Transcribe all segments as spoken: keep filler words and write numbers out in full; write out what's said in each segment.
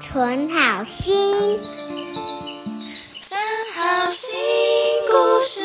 存好心。 三好新故事。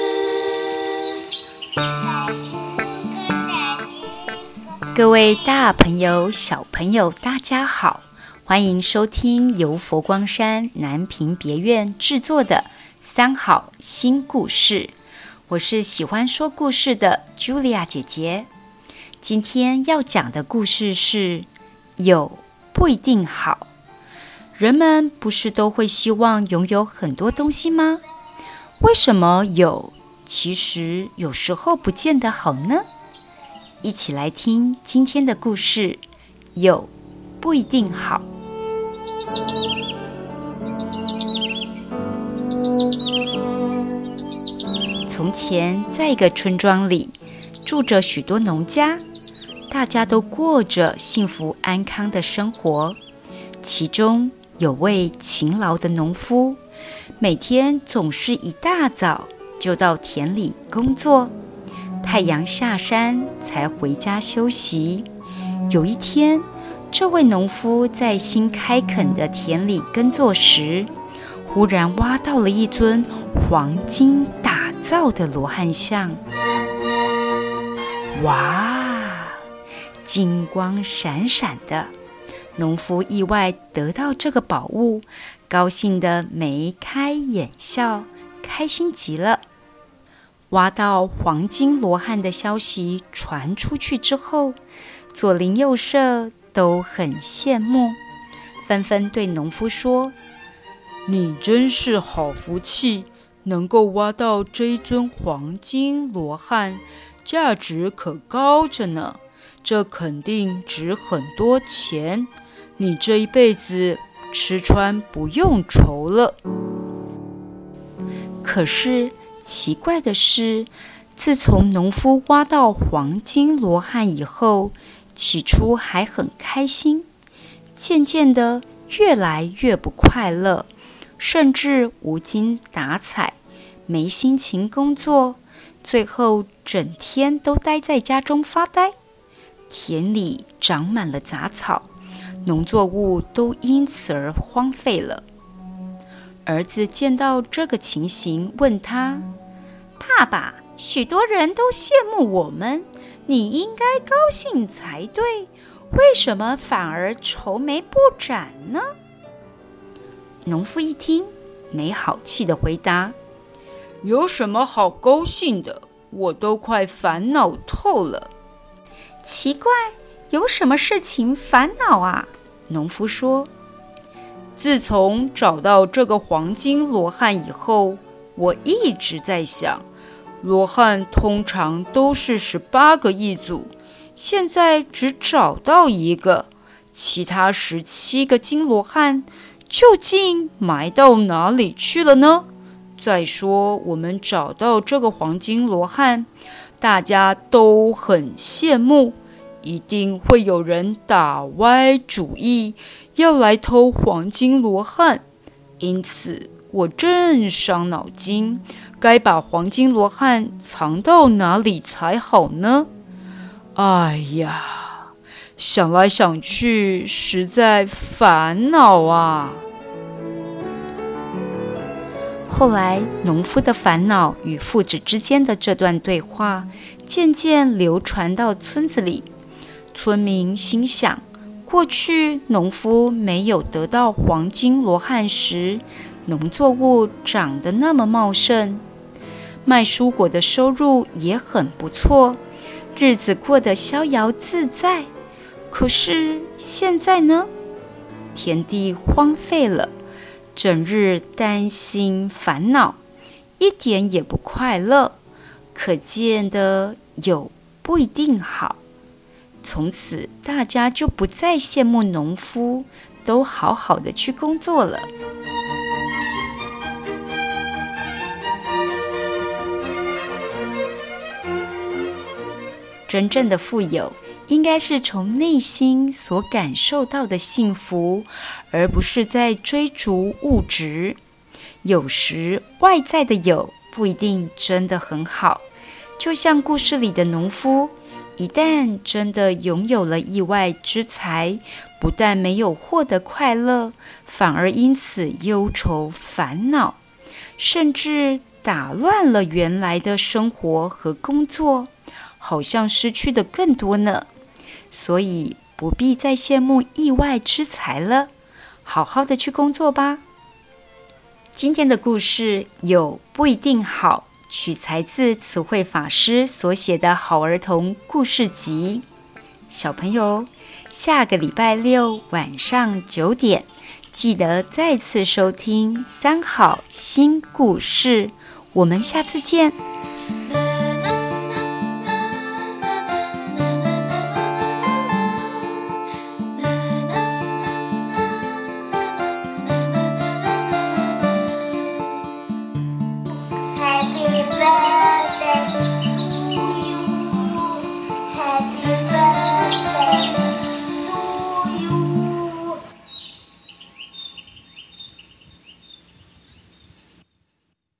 各位大朋友、小朋友，大家好，欢迎收听由佛光山南屏别院制作的三好新故事。我是喜欢说故事的 Julia 姐姐。今天要讲的故事是有不一定好。人们不是都会希望拥有很多东西吗？为什么有其实有时候不见得好呢？一起来听今天的故事，有不一定好。从前，在一个村庄里，住着许多农家，大家都过着幸福安康的生活。其中有位勤劳的农夫，每天总是一大早就到田里工作，太阳下山才回家休息。有一天，这位农夫在新开垦的田里耕作时，忽然挖到了一尊黄金打造的罗汉像。哇，金光闪闪的！农夫意外得到这个宝物，高兴得眉开眼笑，开心极了。挖到黄金罗汉的消息传出去之后，左邻右舍都很羡慕，纷纷对农夫说：“ 你真是好福气，能够挖到这一尊黄金罗汉，价值可高着呢，这肯定值很多钱。你这一辈子吃穿不用愁了。” 可是奇怪的是，自从农夫挖到黄金罗汉以后，起初还很开心，渐渐的越来越不快乐，甚至无精打采，没心情工作，最后整天都待在家中发呆。田里长满了杂草，农作物都因此而荒废了。儿子见到这个情形，问他：“爸爸，许多人都羡慕我们，你应该高兴才对，为什么反而愁眉不展呢？”农夫一听，没好气地回答：“ 有什么好高兴的？我都快烦恼透了。” 奇怪，有什么事情烦恼啊？农夫说：“ 自从找到这个黄金罗汉以后，我一直在想，罗汉通常都是十八个一组，现在只找到一个，其他十七个金罗汉究竟埋到哪里去了呢？再说，我们找到这个黄金罗汉，大家都很羡慕，一定会有人打歪主意，要来偷黄金罗汉。因此，我正伤脑筋，该把黄金罗汉藏到哪里才好呢？哎呀，想来想去，实在烦恼啊！” 后来，农夫的烦恼与父子之间的这段对话，渐渐流传到村子里。村民心想，过去农夫没有得到黄金罗汉时，农作物长得那么茂盛，卖蔬果的收入也很不错，日子过得逍遥自在。可是现在呢？田地荒废了，整日担心烦恼，一点也不快乐，可见的有不一定好。从此大家就不再羡慕农夫，都好好的去工作了。真正的富有，应该是从内心所感受到的幸福，而不是在追逐物质。有时外在的有不一定真的很好，就像故事里的农夫，一旦真的拥有了意外之财，不不但没有获得快乐，反而因此忧愁烦恼，甚至打乱了原来的生活和工作，好像失去的更多呢。所以不必再羡慕意外之财了，好好的去工作吧。今天的故事有不一定好，取材自词汇法师所写的好儿童故事集。小朋友，下个礼拜六晚上九点，记得再次收听三好新故事。我们下次见。